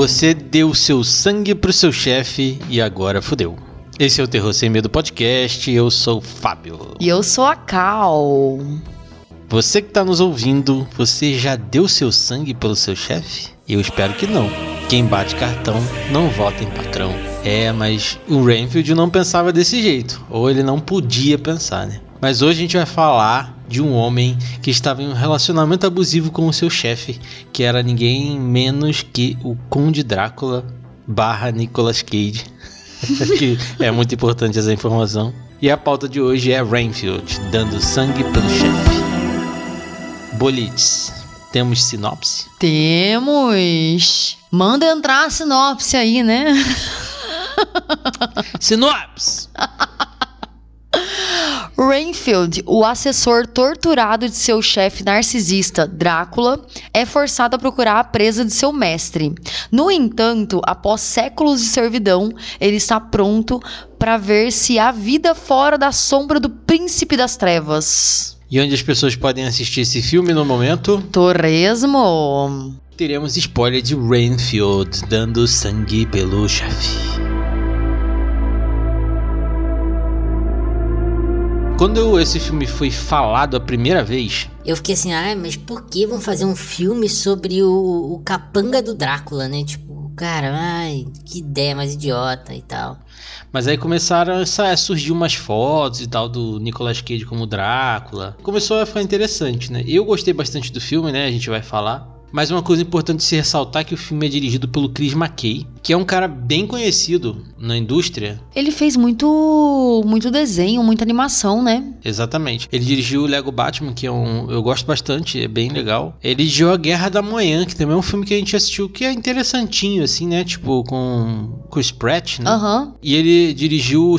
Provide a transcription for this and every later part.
Você deu seu sangue pro seu chefe e agora fudeu. Esse é o Terror Sem Medo Podcast, eu sou o Fábio. E eu sou a Cal. Você que tá nos ouvindo, você já deu seu sangue pelo seu chefe? Eu espero que não. Quem bate cartão não vota em patrão. Mas o Renfield não pensava desse jeito, ou ele não podia pensar, né? Mas hoje a gente vai falar de um homem que estava em um relacionamento abusivo com o seu chefe, que era ninguém menos que o Conde Drácula / Nicolas Cage. Que é muito importante essa informação. E a pauta de hoje é Renfield dando sangue pelo chefe. Bolites, temos sinopse? Temos! Manda entrar a sinopse aí, né? Sinopse! Renfield, o assessor torturado de seu chefe narcisista, Drácula, é forçado a procurar a presa de seu mestre. No entanto, após séculos de servidão, ele está pronto para ver se há vida fora da sombra do Príncipe das Trevas. E onde as pessoas podem assistir esse filme no momento? Torresmo! Teremos spoiler de Renfield dando sangue pelo chefe. Quando esse filme foi falado a primeira vez, eu fiquei assim, mas por que vão fazer um filme sobre o capanga do Drácula, né? Tipo, cara, que ideia mais idiota e tal. Mas aí começaram a surgir umas fotos e tal do Nicolas Cage como Drácula. Começou a ficar interessante, né? Eu gostei bastante do filme, né? A gente vai falar. Mas uma coisa importante de se ressaltar é que o filme é dirigido pelo Chris McKay, que é um cara bem conhecido na indústria. Ele fez muito desenho, muita animação, né? Exatamente. Ele dirigiu o Lego Batman, que eu gosto bastante, é bem legal. Ele dirigiu A Guerra da Manhã, que também é um filme que a gente assistiu, que é interessantinho, assim, né? Tipo, com Chris Pratt, né? Aham. E ele dirigiu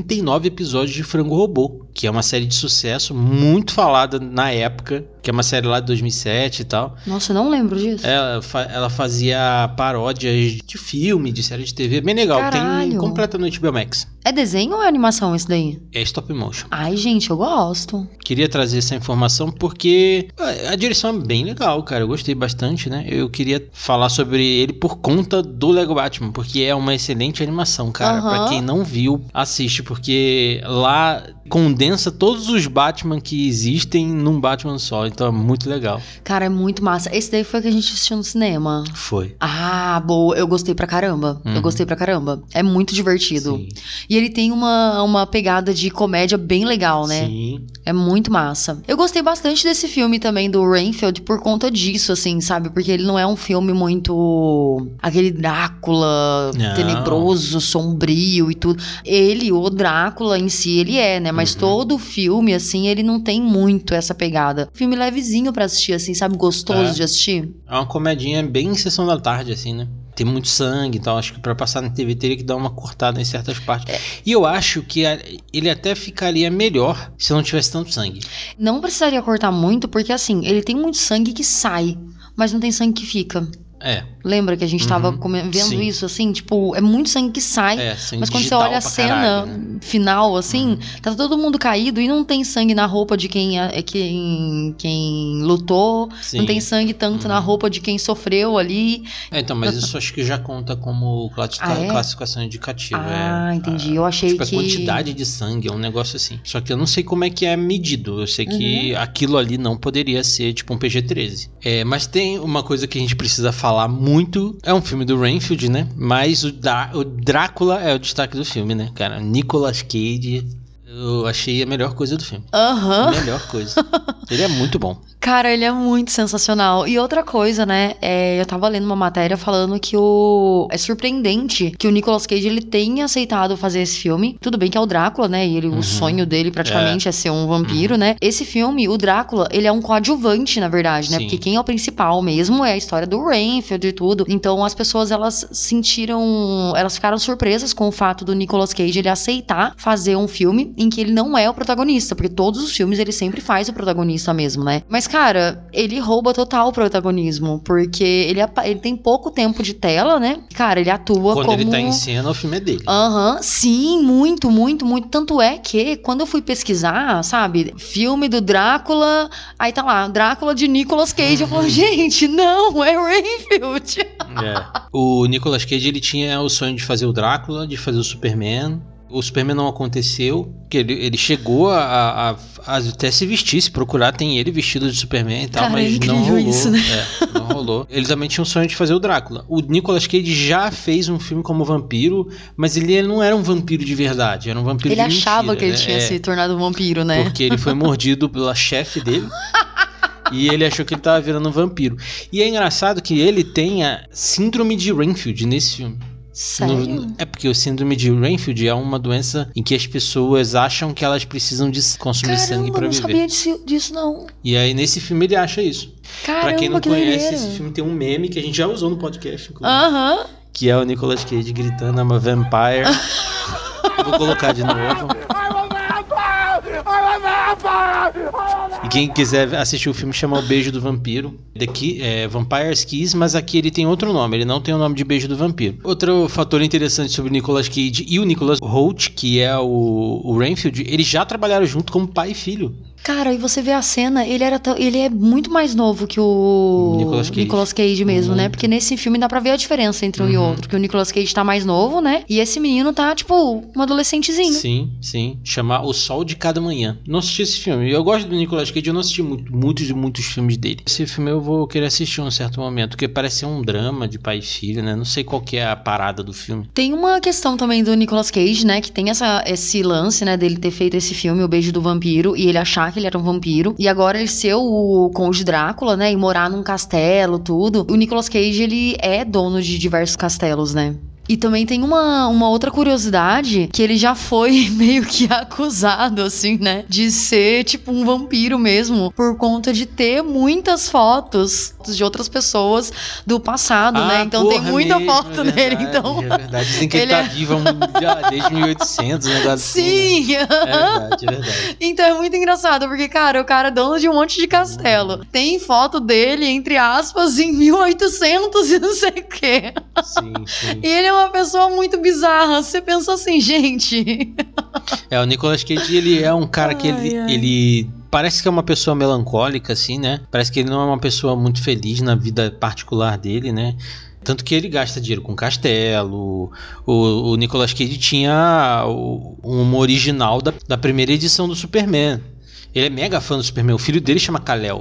59 episódios de Frango Robô, que é uma série de sucesso muito falada na época, que é uma série lá de 2007 e tal. Nossa, eu não lembro disso. Ela fazia paródias de filme, de série de TV, bem legal. Caralho. Tem completa no HBO Max. É desenho ou é animação isso daí? É stop motion. Ai, gente, eu gosto. Queria trazer essa informação porque a direção é bem legal, cara. Eu gostei bastante, né? Eu queria falar sobre ele por conta do Lego Batman, porque é uma excelente animação, cara. Uhum. Pra quem não viu, assiste, porque lá condensa todos os Batman que existem num Batman só. Então é muito legal. Cara, é muito massa. Esse daí foi que a gente assistiu no cinema. Foi. Ah, boa. Eu gostei pra caramba. Eu gostei pra caramba. É muito divertido. Sim. E ele tem uma pegada de comédia bem legal, né? Sim. É muito massa. Eu gostei bastante desse filme também, do Renfield, por conta disso, assim, sabe? Porque ele não é um filme muito... aquele Drácula tenebroso, sombrio e tudo. Ele, o Drácula em si, ele é, né? Mas todo o filme, assim, ele não tem muito essa pegada. Filme levezinho pra assistir, assim, sabe? Gostoso de assistir. É uma comedinha bem sessão da tarde, assim, né? Tem muito sangue, então acho que pra passar na TV teria que dar uma cortada em certas partes. E eu acho que ele até ficaria melhor se não tivesse tanto sangue. Não precisaria cortar muito, porque assim, ele tem muito sangue que sai, mas não tem sangue que fica. Lembra que a gente tava vendo isso, assim? Tipo, é muito sangue que sai, mas quando você olha a cena final, assim, tá todo mundo caído e não tem sangue na roupa de quem lutou, não tem sangue tanto na roupa de quem sofreu ali. Então, mas isso acho que já conta como classificação indicativa. Entendi. Eu achei tipo, que... a quantidade de sangue é um negócio assim. Só que eu não sei como é que é medido. Eu sei que aquilo ali não poderia ser, tipo, um PG-13. Mas tem uma coisa que a gente precisa falar muito. É um filme do Renfield, né? Mas o Drácula é o destaque do filme, né, cara? Nicolas Cage, eu achei a melhor coisa do filme. A melhor coisa. Ele é muito bom. Cara, ele é muito sensacional. E outra coisa, né, eu tava lendo uma matéria falando que é surpreendente que o Nicolas Cage, ele tenha aceitado fazer esse filme. Tudo bem que é o Drácula, né, e o sonho dele praticamente é ser um vampiro, né. Esse filme, o Drácula, ele é um coadjuvante, na verdade, né, porque quem é o principal mesmo é a história do Renfield e tudo. Então as pessoas, elas ficaram surpresas com o fato do Nicolas Cage, ele aceitar fazer um filme em em que ele não é o protagonista, porque todos os filmes ele sempre faz o protagonista mesmo, né? Mas, cara, ele rouba total o protagonismo, porque ele tem pouco tempo de tela, né? Cara, ele atua quando como... ele tá em cena, o filme é dele. Sim, muito, muito, muito. Tanto é que, quando eu fui pesquisar, sabe, filme do Drácula, aí tá lá, Drácula de Nicolas Cage. Eu falo, gente, não, é Renfield. O Nicolas Cage, ele tinha o sonho de fazer o Drácula, de fazer o Superman. O Superman não aconteceu, porque ele chegou a até se vestir, se procurar, tem ele vestido de Superman e tal, cara, mas é não rolou. Isso, né? Não rolou. Ele também tinha um sonho de fazer o Drácula. O Nicolas Cage já fez um filme como vampiro, mas ele não era um vampiro de verdade, era um vampiro de mentira. Ele achava que ele tinha se tornado um vampiro, né? Porque ele foi mordido pela chefe dele. E ele achou que ele tava virando um vampiro. E é engraçado que ele tem a síndrome de Renfield nesse filme. Sério? É porque o síndrome de Renfield é uma doença em que as pessoas acham que elas precisam de consumir sangue pra viver. Eu não sabia disso, não. E aí nesse filme ele acha isso. Caramba, pra quem não que conhece, doideira. esse filme tem um meme que a gente já usou no podcast, inclusive. Que é o Nicolas Cage gritando I'm a vampire. Eu vou colocar de novo. E quem quiser assistir o filme chama O Beijo do Vampiro. Daqui é Vampire's Kiss, mas aqui ele tem outro nome, ele não tem o nome de Beijo do Vampiro. Outro fator interessante sobre o Nicolas Cage e o Nicholas Hoult, que é o Renfield, eles já trabalharam junto como pai e filho. Cara, e você vê a cena, ele é muito mais novo que o Nicolas Cage mesmo, né? Porque nesse filme dá pra ver a diferença entre um e outro. Que o Nicolas Cage tá mais novo, né? E esse menino tá, tipo, um adolescentezinho. Sim. Chama O Sol de Cada Manhã. Não assisti esse filme. Eu gosto do Nicolas Cage, eu não assisti muitos filmes dele. Esse filme eu vou querer assistir em um certo momento, porque parece ser um drama de pai e filho, né? Não sei qual que é a parada do filme. Tem uma questão também do Nicolas Cage, né? Que tem esse lance, né? Dele ter feito esse filme, O Beijo do Vampiro, e ele achar que ele era um vampiro. E agora ele ser o Conde Drácula, né? E morar num castelo, tudo. O Nicolas Cage, ele é dono de diversos castelos, né? E também tem uma outra curiosidade, que ele já foi meio que acusado, assim, né? De ser, tipo, um vampiro mesmo, por conta de ter muitas fotos de outras pessoas do passado, né? Então tem muita foto dele, então... É verdade, dizem que ele tá vivo desde 1800, né? Sim! É verdade. Então é muito engraçado, porque, cara, o cara é dono de um monte de castelo. Tem foto dele, entre aspas, em 1800 e não sei o quê. Sim. E ele é uma pessoa muito bizarra. Você pensa assim, gente... O Nicolas Cage, ele é um cara que ele parece que é uma pessoa melancólica, assim, né? Parece que ele não é uma pessoa muito feliz na vida particular dele, né? Tanto que ele gasta dinheiro com castelo. O Nicolas Cage tinha uma original da primeira edição do Superman. Ele é mega fã do Superman. O filho dele chama Kal-El.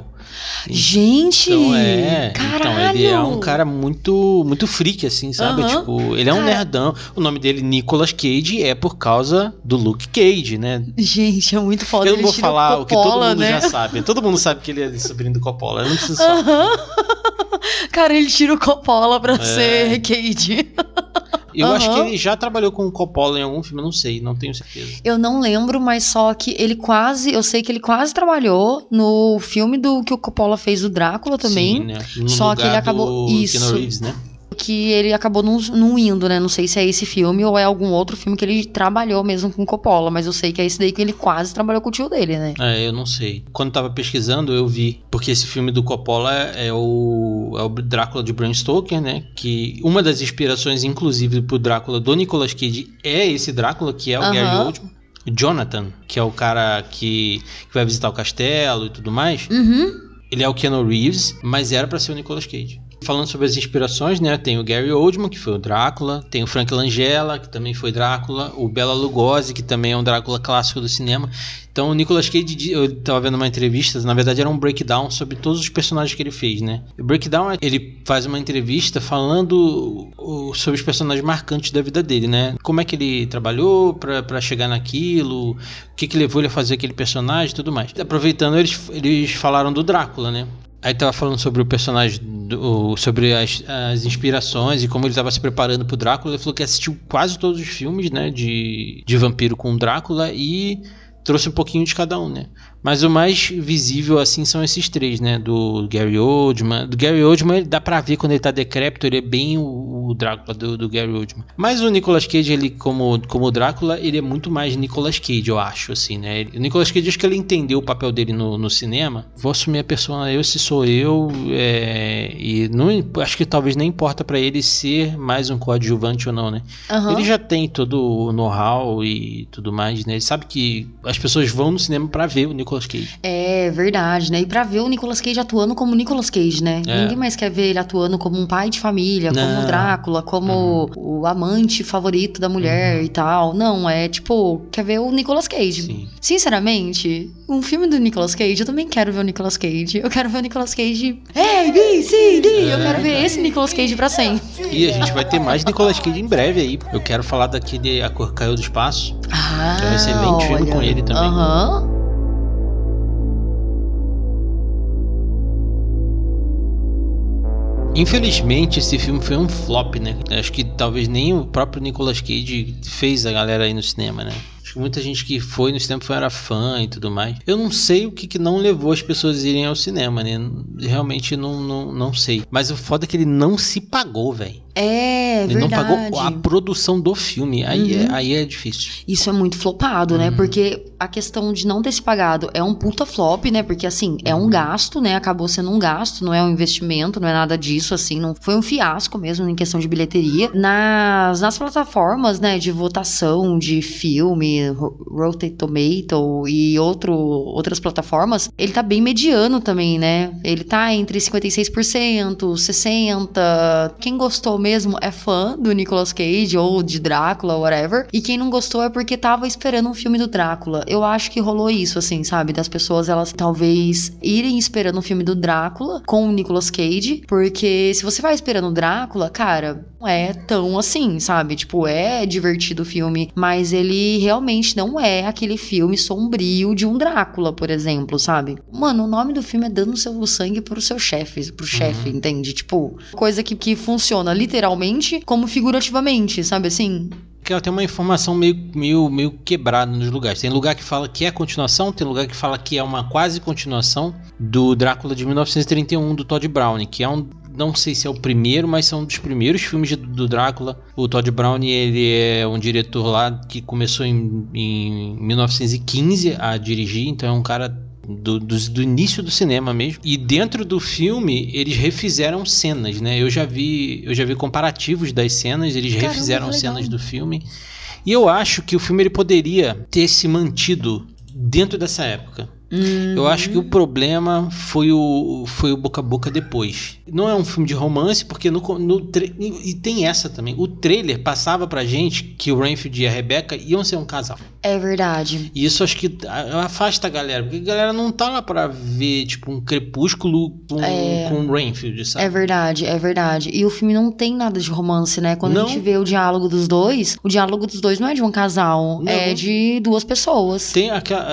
Gente! Então ele é um cara muito, muito freak, assim, sabe? Tipo, ele é um nerdão. O nome dele, Nicolas Cage, é por causa do Luke Cage, né? Gente, é muito foda. Eu não vou falar Coppola, o que todo mundo né? já sabe. Todo mundo sabe que ele é sobrinho do Coppola. Eu não preciso falar. Cara, ele tira o Coppola pra ser Cage. Eu acho que ele já trabalhou com o Coppola em algum filme, eu não sei, não tenho certeza. Eu não lembro, mas só que eu sei que ele quase trabalhou no filme que o Coppola fez do Drácula também. Sim, né? No só que ele acabou Keanu Reeves, né? Que ele acabou não indo, né? Não sei se é esse filme ou é algum outro filme que ele trabalhou mesmo com o Coppola, mas eu sei que é esse daí que ele quase trabalhou com o tio dele, né? Eu não sei. Quando tava pesquisando, eu vi. Porque esse filme do Coppola é o Drácula de Bram Stoker, né? Que uma das inspirações, inclusive, pro Drácula do Nicolas Cage é esse Drácula, que é o Gary Oldman. Jonathan, que é o cara que vai visitar o castelo e tudo mais. Ele é o Keanu Reeves, mas era pra ser o Nicolas Cage. Falando sobre as inspirações, né? Tem o Gary Oldman, que foi o Drácula. Tem o Frank Langella, que também foi Drácula. O Bela Lugosi, que também é um Drácula clássico do cinema. Então o Nicolas Cage, eu tava vendo uma entrevista, na verdade era um breakdown sobre todos os personagens que ele fez, né? O breakdown, ele faz uma entrevista falando sobre os personagens marcantes da vida dele, né? Como é que ele trabalhou pra chegar naquilo, o que levou ele a fazer aquele personagem e tudo mais. Aproveitando, eles falaram do Drácula, né? Aí tava falando sobre o personagem, sobre as inspirações e como ele tava se preparando pro Drácula. Ele falou que assistiu quase todos os filmes, né, de vampiro com Drácula e trouxe um pouquinho de cada um, né? Mas o mais visível, assim, são esses três, né? Do Gary Oldman. Do Gary Oldman, dá pra ver quando ele tá decrépito, ele é bem o Drácula do Gary Oldman. Mas o Nicolas Cage, ele como Drácula, ele é muito mais Nicolas Cage, eu acho, assim, né? O Nicolas Cage, acho que ele entendeu o papel dele no cinema. Vou assumir a persona, se sou eu, e não, acho que talvez nem importa pra ele ser mais um coadjuvante ou não, né? Ele já tem todo o know-how e tudo mais, né? Ele sabe que as pessoas vão no cinema pra ver o Nicolas Cage. É verdade, né? E pra ver o Nicolas Cage atuando como Nicolas Cage, né? Ninguém mais quer ver ele atuando como um pai de família, como o Drácula, como o amante favorito da mulher e tal. Não, é tipo, quer ver o Nicolas Cage. Sim. Sinceramente, um filme do Nicolas Cage, eu também quero ver o Nicolas Cage. Eu quero ver o Nicolas Cage A, B, C, D. Eu quero ver esse Nicolas Cage pra sempre. E a gente vai ter mais Nicolas Cage em breve aí. Eu quero falar daquele A Cor Caiu do Espaço. Que é um excelente filme com ele também. Infelizmente esse filme foi um flop, né? Acho que talvez nem o próprio Nicolas Cage fez a galera aí no cinema, né? Acho que muita gente que foi no cinema era fã e tudo mais. Eu não sei o que não levou as pessoas a irem ao cinema, né? Realmente não sei. Mas o foda é que ele não se pagou, velho. É, ele verdade. Não pagou a produção do filme. Aí é difícil. Isso é muito flopado, né? Porque a questão de não ter se pagado é um puta flop, né? Porque, assim, é um gasto, né? Acabou sendo um gasto, não é um investimento, não é nada disso, assim. Não foi um fiasco mesmo em questão de bilheteria. Nas plataformas, né? De votação de filme, Rotten Tomato e outras plataformas, ele tá bem mediano também, né? Ele tá entre 56%, 60%. Quem gostou mesmo é fã do Nicolas Cage ou de Drácula, whatever. E quem não gostou é porque tava esperando um filme do Drácula. Eu acho que rolou isso, assim, sabe? Das pessoas, elas talvez irem esperando um filme do Drácula com o Nicolas Cage. Porque se você vai esperando o Drácula, cara, não é tão assim, sabe? Tipo, é divertido o filme, mas ele realmente não é aquele filme sombrio de um Drácula, por exemplo, sabe? Mano, o nome do filme é Dando Seu Sangue pro seu chefe, entende? Tipo, coisa que funciona literalmente como figurativamente, sabe assim? Que ela tem uma informação meio quebrada nos lugares. Tem lugar que fala que é continuação, tem lugar que fala que é uma quase continuação do Drácula de 1931 do Todd Browning, que é não sei se é o primeiro, mas são um dos primeiros filmes do Drácula. O Todd Browning, ele é um diretor lá que começou em 1915 a dirigir, então é um cara do início do cinema mesmo. E dentro do filme eles refizeram cenas, né? Eu já vi comparativos das cenas. Eles refizeram cenas do filme. E eu acho que o filme ele poderia ter se mantido dentro dessa época. Eu acho que o problema foi o boca a boca depois. Não é um filme de romance, porque e tem essa também. O trailer passava pra gente que o Renfield e a Rebecca iam ser um casal. É verdade. E isso acho que afasta a galera, porque a galera não tá lá pra ver, tipo, um crepúsculo com o Renfield, sabe? É verdade. E o filme não tem nada de romance, né? Quando a gente vê o diálogo dos dois não é de um casal, é de duas pessoas. Tem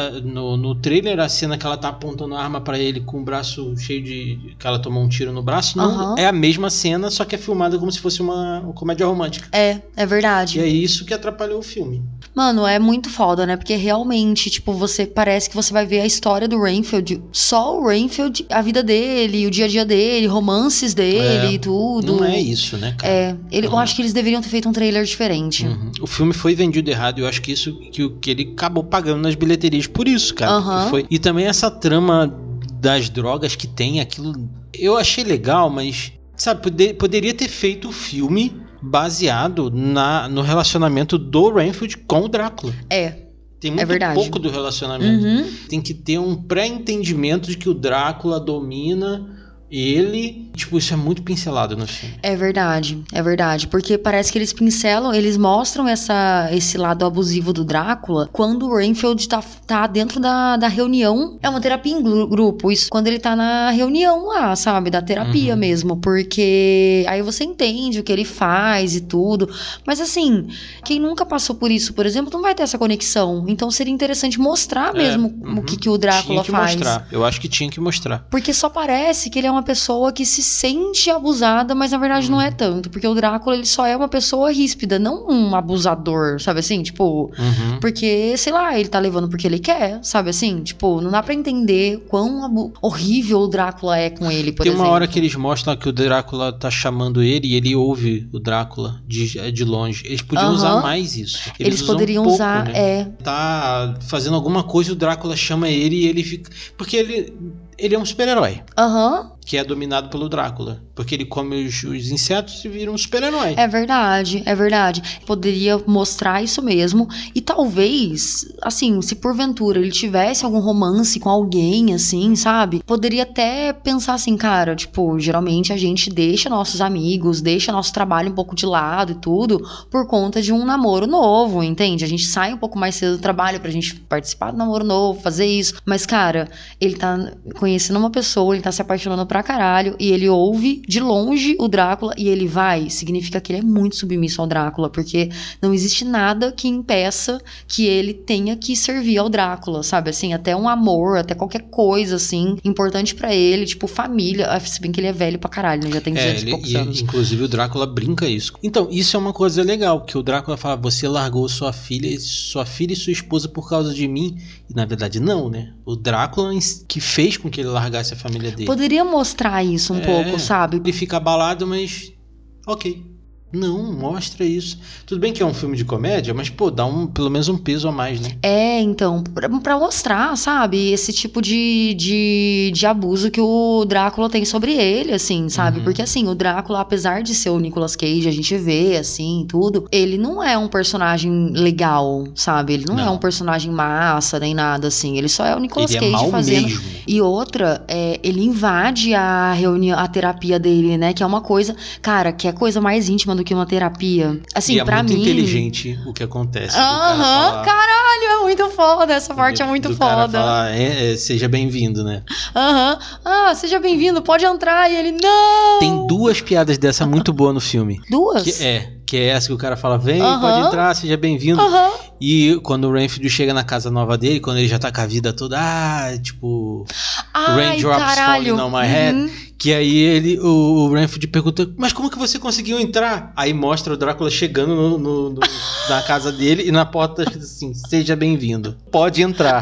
no trailer a cena que ela tá apontando a arma pra ele com o braço cheio de... que ela tomou um tiro no braço. Não é a mesma cena, só que é filmada como se fosse uma comédia romântica. É verdade. E é isso que atrapalhou o filme. Mano, é muito foda, né? Porque realmente, tipo, parece que você vai ver a história do Renfield, só o Renfield, a vida dele, o dia a dia dele, romances dele e tudo. Não é isso, né, cara? Eu acho que eles deveriam ter feito um trailer diferente. O filme foi vendido errado e eu acho que isso que ele acabou pagando nas bilheterias por isso, cara. E também essa trama das drogas que tem, aquilo... Eu achei legal, mas, sabe, poderia ter feito o filme baseado no relacionamento do Renfield com o Drácula. Tem muito pouco do relacionamento. Tem que ter um pré-entendimento de que o Drácula domina ele. Tipo, isso é muito pincelado no filme. É verdade. Porque parece que eles mostram esse lado abusivo do Drácula quando o Renfield tá dentro da reunião. É uma terapia em grupo. Isso quando ele tá na reunião lá, sabe? Da terapia mesmo. Porque aí você entende o que ele faz e tudo. Mas assim, quem nunca passou por isso, por exemplo, não vai ter essa conexão. Então seria interessante mostrar mesmo o que o Drácula faz. Eu acho que tinha que mostrar. Porque só parece que ele é uma uma pessoa que se sente abusada, mas na verdade não é tanto, porque o Drácula, ele só é uma pessoa ríspida, não um abusador, sabe assim? Tipo, porque, sei lá, ele tá levando porque ele quer, sabe assim? Tipo, não dá pra entender quão horrível o Drácula é com ele, por exemplo. Tem uma hora que eles mostram que o Drácula tá chamando ele e ele ouve o Drácula de longe. Eles podiam usar mais isso. Eles poderiam usar, né? Tá fazendo alguma coisa, o Drácula chama ele e ele fica... Porque ele é um super-herói. Que é dominado pelo Drácula. Porque ele come os insetos e vira um super-herói. É verdade. Poderia mostrar isso mesmo. E talvez, assim, se porventura ele tivesse algum romance com alguém, assim, sabe? Poderia até pensar assim, cara, tipo, geralmente a gente deixa nossos amigos, deixa nosso trabalho um pouco de lado e tudo, por conta de um namoro novo, entende? A gente sai um pouco mais cedo do trabalho pra gente participar do namoro novo, fazer isso. Mas, cara, ele tá conhecendo uma pessoa, ele tá se apaixonando pra caralho, e ele ouve de longe o Drácula e ele vai, significa que ele é muito submisso ao Drácula, porque não existe nada que impeça que ele tenha que servir ao Drácula, sabe, assim, até um amor, até qualquer coisa, assim, importante pra ele, tipo família, se bem que ele é velho pra caralho, né? Já tem 200 e poucos anos. Inclusive o Drácula brinca isso. Então, isso é uma coisa legal, que o Drácula fala, você largou sua filha e sua esposa por causa de mim, e na verdade não, né, o Drácula que fez com que ele largasse a família dele. Poderia mostrar isso um pouco, sabe? Ele fica abalado, mas ok. Não, mostra isso. Tudo bem que é um filme de comédia, mas, pô, dá pelo menos um peso a mais, né? Então, pra mostrar, sabe, esse tipo de abuso que o Drácula tem sobre ele, assim, sabe? Porque, assim, o Drácula, apesar de ser o Nicolas Cage, a gente vê, assim, tudo, ele não é um personagem legal, sabe? Ele não é um personagem massa, nem nada, assim. Ele só é o Nicolas Cage mal fazendo... mesmo. E outra, ele invade a reunião, a terapia dele, né? Que é uma coisa, cara, que é coisa mais íntima do que uma terapia. Assim, pra mim... é muito inteligente o que acontece. Caralho, é muito foda. Essa parte é muito foda. O cara fala, seja bem-vindo, né? Seja bem-vindo, pode entrar. E ele, não! Tem 2 piadas dessa muito boas no filme. 2? Que é essa que o cara fala, vem, pode entrar, seja bem-vindo. E quando o Renfield chega na casa nova dele, quando ele já tá com a vida toda, tipo... Raindrops falling on my head. Que aí o Renfield pergunta, mas como que você conseguiu entrar? Aí mostra o Drácula chegando na casa dele e na porta assim, seja bem-vindo, pode entrar.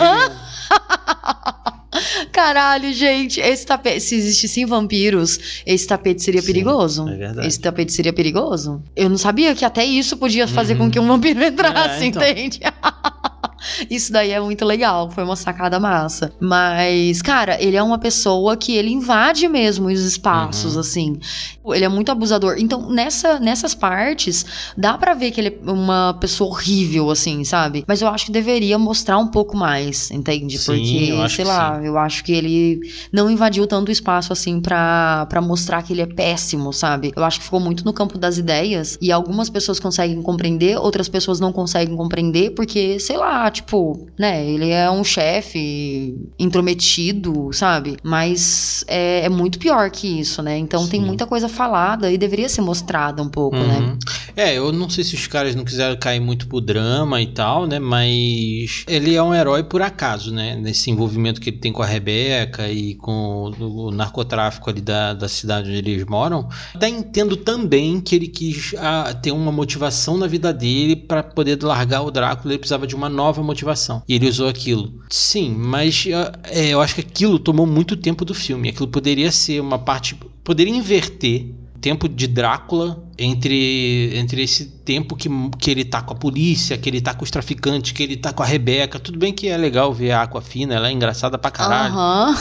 Caralho, gente, esse tapete, se existissem vampiros, esse tapete seria perigoso. É verdade. Esse tapete seria perigoso. Eu não sabia que até isso podia fazer com que um vampiro entrasse, entende? Isso daí é muito legal, foi uma sacada massa. Mas, cara, ele é uma pessoa que ele invade mesmo os espaços, assim. Ele é muito abusador. Então, nessas partes, dá pra ver que ele é uma pessoa horrível, assim, sabe? Mas eu acho que deveria mostrar um pouco mais, entende? Sim, porque, sei lá, eu acho que ele não invadiu tanto espaço, assim, pra mostrar que ele é péssimo, sabe? Eu acho que ficou muito no campo das ideias, e algumas pessoas conseguem compreender, outras pessoas não conseguem compreender, porque, sei lá, tipo, né, ele é um chefe intrometido, sabe? Mas é muito pior que isso, né? Então tem muita coisa falada e deveria ser mostrada um pouco, né? Eu não sei se os caras não quiseram cair muito pro drama e tal, né? Mas ele é um herói por acaso, né? Nesse envolvimento que ele tem com a Rebeca e com o narcotráfico ali da cidade onde eles moram. Até entendo também que ele quis ter uma motivação na vida dele para poder largar o Drácula, ele precisava de uma nova motivação. E ele usou aquilo. Sim, mas eu acho que aquilo tomou muito tempo do filme. Aquilo poderia ser uma parte... Poderia inverter o tempo de Drácula entre esse tempo que ele tá com a polícia, que ele tá com os traficantes, que ele tá com a Rebeca. Tudo bem que é legal ver a Aquafina, ela é engraçada pra caralho.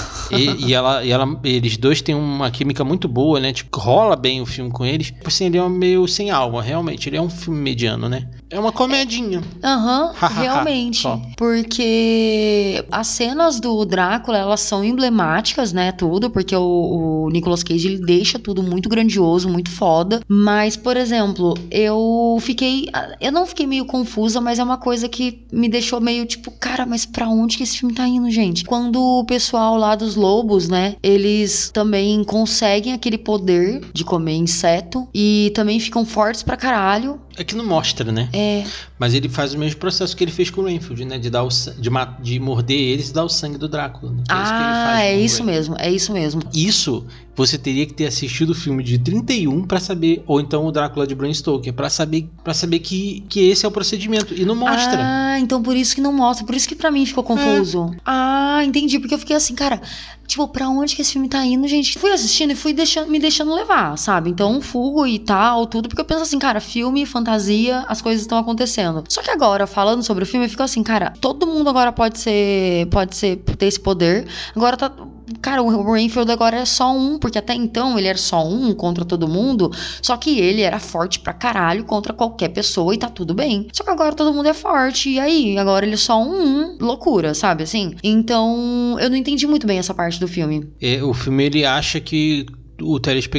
Eles dois têm uma química muito boa, né? Tipo, rola bem o filme com eles. Assim, ele é meio sem alma, realmente. Ele é um filme mediano, né? É uma comedinha. Realmente. Porque as cenas do Drácula, elas são emblemáticas, né? Tudo, porque o Nicolas Cage, ele deixa tudo muito grandioso, muito foda. Mas, por exemplo, eu não fiquei meio confusa, mas é uma coisa que me deixou meio tipo, cara, mas pra onde que esse filme tá indo, gente? Quando o pessoal lá dos lobos, né, eles também conseguem aquele poder de comer inseto e também ficam fortes pra caralho É que não mostra, né? Mas ele faz o mesmo processo que ele fez com o Renfield, né? De morder eles e dar o sangue do Drácula. Né? É isso mesmo. Isso você teria que ter assistido o filme de 31 pra saber, ou então o Drácula de Bram Stoker, pra saber que esse é o procedimento. E não mostra. Então por isso que não mostra. Por isso que pra mim ficou confuso. Entendi. Porque eu fiquei assim, cara, tipo, pra onde que esse filme tá indo, gente? Fui assistindo e fui me deixando levar, sabe? Então fugo e tal, tudo. Porque eu penso assim, cara, filme, fantasia, as coisas estão acontecendo. Só que agora, falando sobre o filme, eu fico assim, cara, todo mundo agora pode ter esse poder. Agora tá... Cara, o Renfield agora é só um, porque até então ele era só um contra todo mundo, só que ele era forte pra caralho contra qualquer pessoa e tá tudo bem. Só que agora todo mundo é forte, e aí? Agora ele é só um, loucura, sabe assim? Então, eu não entendi muito bem essa parte do filme. O filme, ele acha que o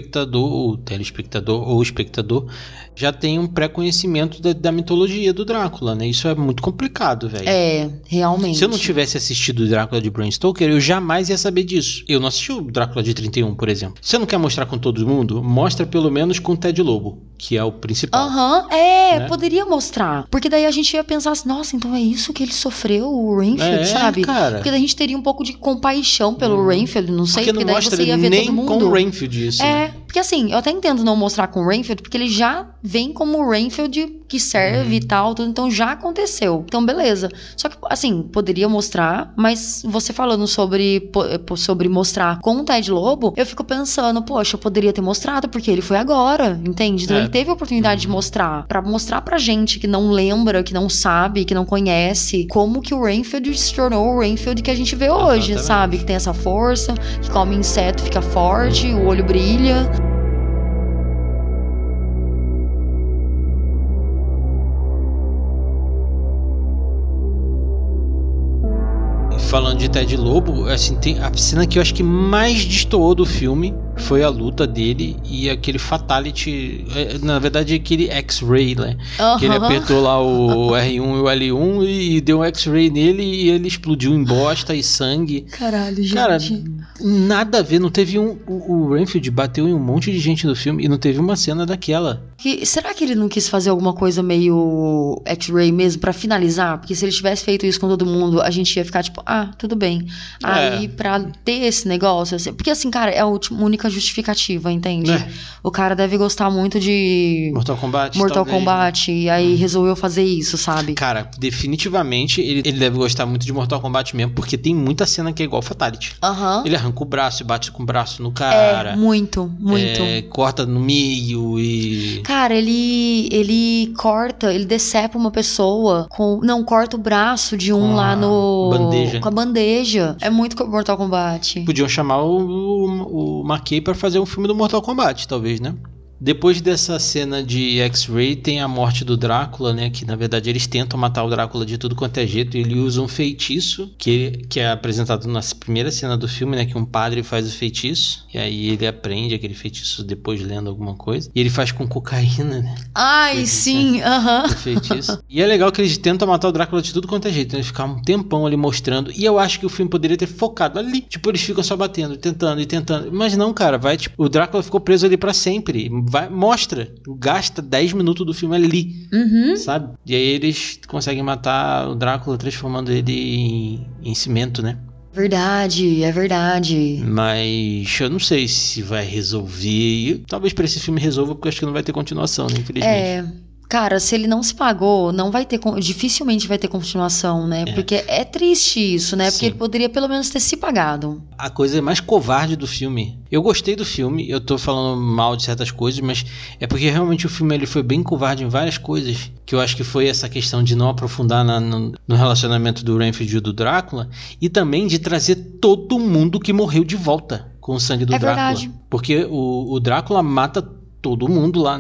espectador já tem um pré-conhecimento da mitologia do Drácula, né? Isso é muito complicado, velho. Realmente. Se eu não tivesse assistido o Drácula de Bram Stoker, eu jamais ia saber disso. Eu não assisti o Drácula de 31, por exemplo. Se você não quer mostrar com todo mundo, mostra pelo menos com o Ted Lobo, que é o principal. Né? Poderia mostrar. Porque daí a gente ia pensar assim, nossa, então é isso que ele sofreu, o Renfield, sabe? Cara. Porque daí a gente teria um pouco de compaixão pelo Renfield, não sei. Porque não mostra daí você ia ver nem todo mundo. com o Renfield isso. Porque assim, eu até entendo não mostrar com o Renfield, porque ele já vem como o Renfield que serve e tal, tudo, então já aconteceu. Então, beleza. Só que, assim, poderia mostrar, mas você falando sobre mostrar com o Ted Lobo, eu fico pensando, poxa, eu poderia ter mostrado, porque ele foi agora, entende? Então ele teve a oportunidade de mostrar pra gente que não lembra, que não sabe, que não conhece, como que o Renfield se tornou o Renfield que a gente vê hoje, sabe? Que tem essa força, que come inseto, fica forte, o olho brilha. Falando de Ted Lobo, assim, tem a cena que eu acho que mais destoou do filme foi a luta dele e aquele fatality, na verdade aquele X-Ray, né? Que ele apertou lá o R1 e o L1 e deu um X-Ray nele e ele explodiu em bosta e sangue. Caralho, gente. Cara, nada a ver, não teve o Renfield bateu em um monte de gente no filme e não teve uma cena daquela. Será que ele não quis fazer alguma coisa meio X-Ray mesmo pra finalizar? Porque se ele tivesse feito isso com todo mundo, a gente ia ficar tipo, tudo bem. Aí pra ter esse negócio, assim, porque assim, cara, é a única justificativa, entende? O cara deve gostar muito de Mortal Kombat, né? E aí resolveu fazer isso, sabe? Cara, definitivamente ele deve gostar muito de Mortal Kombat mesmo, porque tem muita cena que é igual Fatality. Ele arranca o braço e bate com o braço no cara. Muito. Corta no meio e... Cara, ele corta, ele decepa uma pessoa corta o braço de um lá no... bandeja. Com a bandeja. É muito Mortal Kombat. Podiam chamar o McKay pra fazer um filme do Mortal Kombat, talvez, né? Depois dessa cena de X-Ray tem a morte do Drácula, né? Que na verdade eles tentam matar o Drácula de tudo quanto é jeito. Ele usa um feitiço que é apresentado na primeira cena do filme, né? Que um padre faz o feitiço. E aí ele aprende aquele feitiço depois lendo alguma coisa. E ele faz com cocaína, né? Sim, o feitiço. E é legal que eles tentam matar o Drácula de tudo quanto é jeito. Eles ficam um tempão ali mostrando. E eu acho que o filme poderia ter focado ali. Tipo, eles ficam só batendo, tentando. Mas não, cara. O Drácula ficou preso ali pra sempre. Mostra, gasta 10 minutos do filme ali, sabe? E aí eles conseguem matar o Drácula transformando ele em cimento, né? É verdade. Mas eu não sei se vai resolver. Talvez pra esse filme resolva, porque eu acho que não vai ter continuação, né? Infelizmente. Cara, se ele não se pagou, dificilmente vai ter continuação, né? Porque é triste isso, né? Porque ele poderia pelo menos ter se pagado. A coisa mais covarde do filme. Eu gostei do filme, eu tô falando mal de certas coisas, mas é porque realmente o filme ele foi bem covarde em várias coisas. Que eu acho que foi essa questão de não aprofundar no relacionamento do Renfield e do Drácula. E também de trazer todo mundo que morreu de volta com o sangue do Drácula. Verdade. Porque o Drácula mata todo mundo lá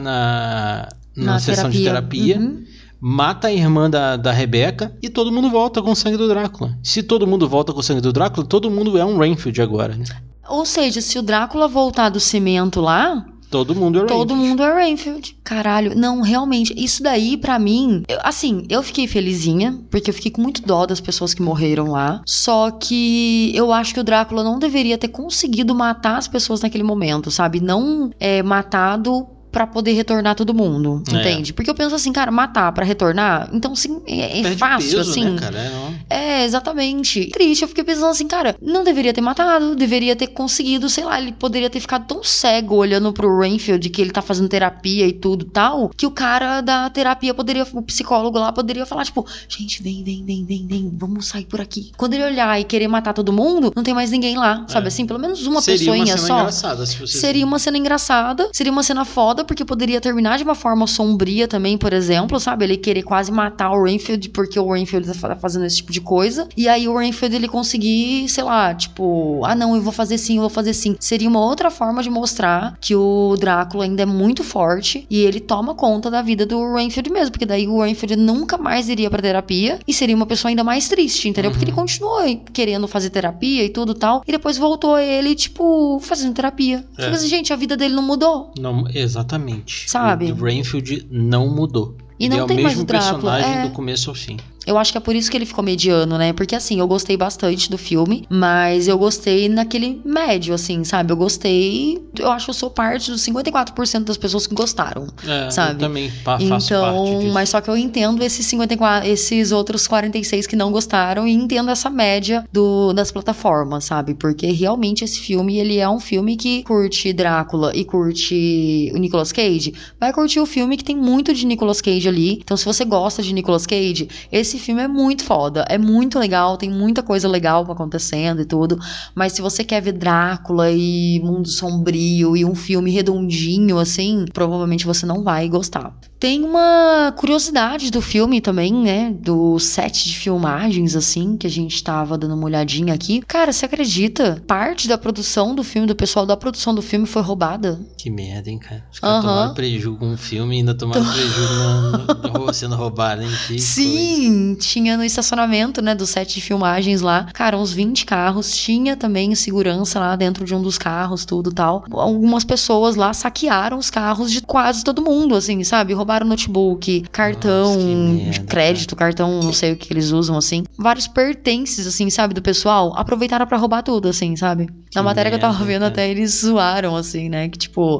na sessão de terapia, mata a irmã da Rebeca e todo mundo volta com o sangue do Drácula. Se todo mundo volta com o sangue do Drácula, todo mundo é um Renfield agora, né? Ou seja, se o Drácula voltar do cimento lá... Todo mundo é Renfield. Todo mundo é Renfield. Caralho, não, realmente, isso daí pra mim... eu fiquei felizinha, porque eu fiquei com muito dó das pessoas que morreram lá. Só que eu acho que o Drácula não deveria ter conseguido matar as pessoas naquele momento, sabe? Não matado... pra poder retornar todo mundo, entende? Porque eu penso assim, cara, matar pra retornar, então sim, é fácil, peso, assim. Né, cara? Exatamente. Triste, eu fiquei pensando assim, cara, não deveria ter matado, deveria ter conseguido, sei lá, ele poderia ter ficado tão cego olhando pro Renfield, que ele tá fazendo terapia e tudo tal, que o cara da terapia o psicólogo lá poderia falar, tipo, gente, vem, vamos sair por aqui. Quando ele olhar e querer matar todo mundo, não tem mais ninguém lá, sabe assim? Pelo menos uma pessoinha só. Engraçada, se você seria uma cena engraçada, seria uma cena foda, porque poderia terminar de uma forma sombria também, por exemplo, sabe? Ele querer quase matar o Renfield, porque o Renfield tá fazendo esse tipo de coisa, e aí o Renfield ele conseguir, sei lá, tipo, não, eu vou fazer sim. Seria uma outra forma de mostrar que o Drácula ainda é muito forte, e ele toma conta da vida do Renfield mesmo, porque daí o Renfield nunca mais iria pra terapia, e seria uma pessoa ainda mais triste, entendeu? Porque ele continuou querendo fazer terapia e tudo tal, e depois voltou ele, tipo, fazendo terapia. Tipo assim, gente, a vida dele não mudou. Não, exatamente. Sabe? O Renfield não mudou. E ele não tem é o mais mesmo o Drácula, personagem do começo ao fim. Eu acho que é por isso que ele ficou mediano, né? Porque assim, eu gostei bastante do filme, mas eu gostei naquele médio, assim, sabe? Eu gostei, eu acho que eu sou parte dos 54% das pessoas que gostaram, sabe? Eu também faço parte disso. Mas só que eu entendo esses outros 46 que não gostaram, e entendo essa média das plataformas, sabe? Porque realmente esse filme, ele é um filme que curte Drácula e curte o Nicolas Cage, vai curtir o filme que tem muito de Nicolas Cage ali. Então se você gosta de Nicolas Cage, esse filme é muito foda, é muito legal, tem muita coisa legal acontecendo e tudo, mas se você quer ver Drácula e mundo sombrio e um filme redondinho assim, provavelmente você não vai gostar. Tem uma curiosidade do filme também, né, do set de filmagens assim, que a gente tava dando uma olhadinha aqui. Cara, você acredita? Parte da produção do filme, do pessoal da produção do filme foi roubada. Que merda, hein, cara? Os caras tomaram prejuízo com um filme e ainda tomaram prejuízo sendo roubado, hein? Que sim, tinha no estacionamento, né, do set de filmagens lá, cara, uns 20 carros, tinha também segurança lá dentro de um dos carros, tudo tal. Algumas pessoas lá saquearam os carros de quase todo mundo, assim, sabe? Roubaram notebook, cartão de crédito, cartão, não sei o que eles usam, assim. Vários pertences, assim, sabe, do pessoal, aproveitaram pra roubar tudo, assim, sabe? Na matéria que eu tava vendo, até eles zoaram, assim, né, que tipo,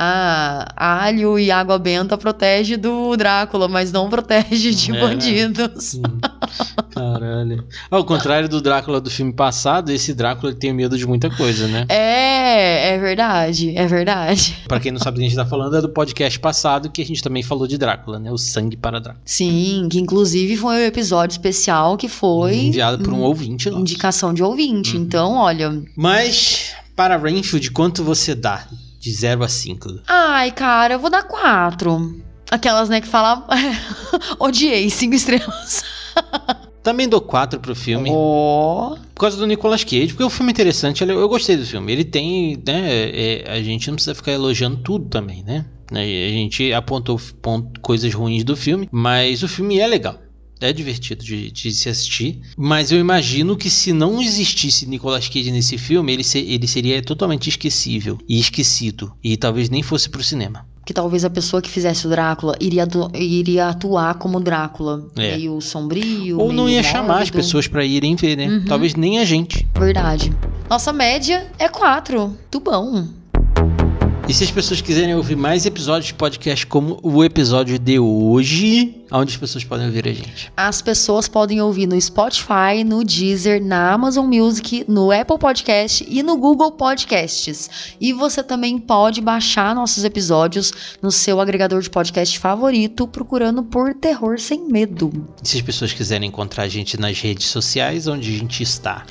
alho e água benta protege do Drácula, mas não protege de bandidos. Caralho. Ao contrário do Drácula do filme passado, esse Drácula tem medo de muita coisa, né? É verdade. Pra quem não sabe o que a gente tá falando, é do podcast passado que a gente também falou de Drácula, né? O Sangue para Drácula. Sim, que inclusive foi um episódio especial que foi enviado por um ouvinte nosso. Indicação de ouvinte, então olha. Mas, para Renfield, quanto você dá? De 0 a 5? Ai, cara, eu vou dar 4. Aquelas, né, que falam odiei, 5 estrelas. Também dou 4 pro filme. Por causa do Nicolas Cage, porque o filme é interessante, eu gostei do filme. Ele tem, né, a gente não precisa ficar elogiando tudo também, né? A gente apontou coisas ruins do filme, mas o filme é legal. É divertido de se assistir. Mas eu imagino que se não existisse Nicolas Cage nesse filme, ele seria totalmente esquecível e esquecido. E talvez nem fosse pro cinema. Que talvez a pessoa que fizesse o Drácula iria atuar como Drácula. Meio sombrio, ou não ia mórbido. chamar as pessoas pra irem ver, né? Talvez nem a gente. Verdade. Nossa média é 4. Muito bom. E se as pessoas quiserem ouvir mais episódios de podcast como o episódio de hoje, aonde as pessoas podem ouvir a gente? As pessoas podem ouvir no Spotify, no Deezer, na Amazon Music, no Apple Podcast e no Google Podcasts. E você também pode baixar nossos episódios no seu agregador de podcast favorito, procurando por Terror Sem Medo. E se as pessoas quiserem encontrar a gente nas redes sociais, onde a gente está?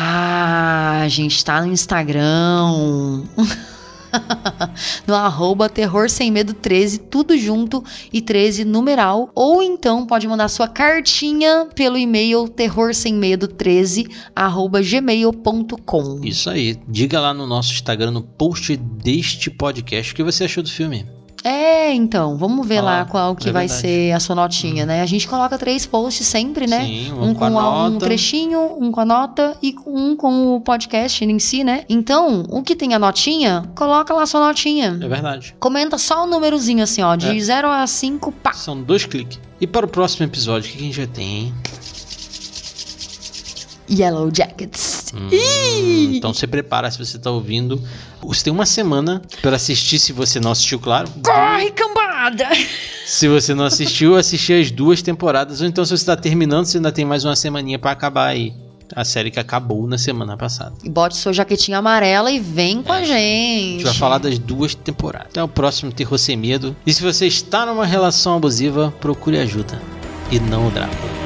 A gente está no Instagram... no @Terror Sem Medo 13, tudo junto e 13 numeral, ou então pode mandar sua cartinha pelo e-mail terrorsemmedo13@gmail.com. Isso aí, diga lá no nosso Instagram, no post deste podcast, o que você achou do filme. Então, vamos ver lá qual que vai ser a sua notinha, né? A gente coloca 3 posts sempre, né? Sim, um com um trechinho, um com a nota e um com o podcast em si, né? Então, o que tem a notinha, coloca lá a sua notinha. É verdade. Comenta só o númerozinho assim, ó, de 0 a 5, pá. São 2 cliques. E para o próximo episódio, o que a gente já tem, hein? Yellow Jackets. Então você prepara se você tá ouvindo. Você tem uma semana para assistir, se você não assistiu, claro. Corre, cambada! Se você não assistiu, assistir as 2 temporadas. Ou então, se você tá terminando, você ainda tem mais uma semaninha para acabar aí a série que acabou na semana passada. E bote sua jaquetinha amarela e vem com a gente. A gente vai falar das 2 temporadas. Até o próximo Terror Sem Medo. E se você está numa relação abusiva, procure ajuda. E não o Drácula.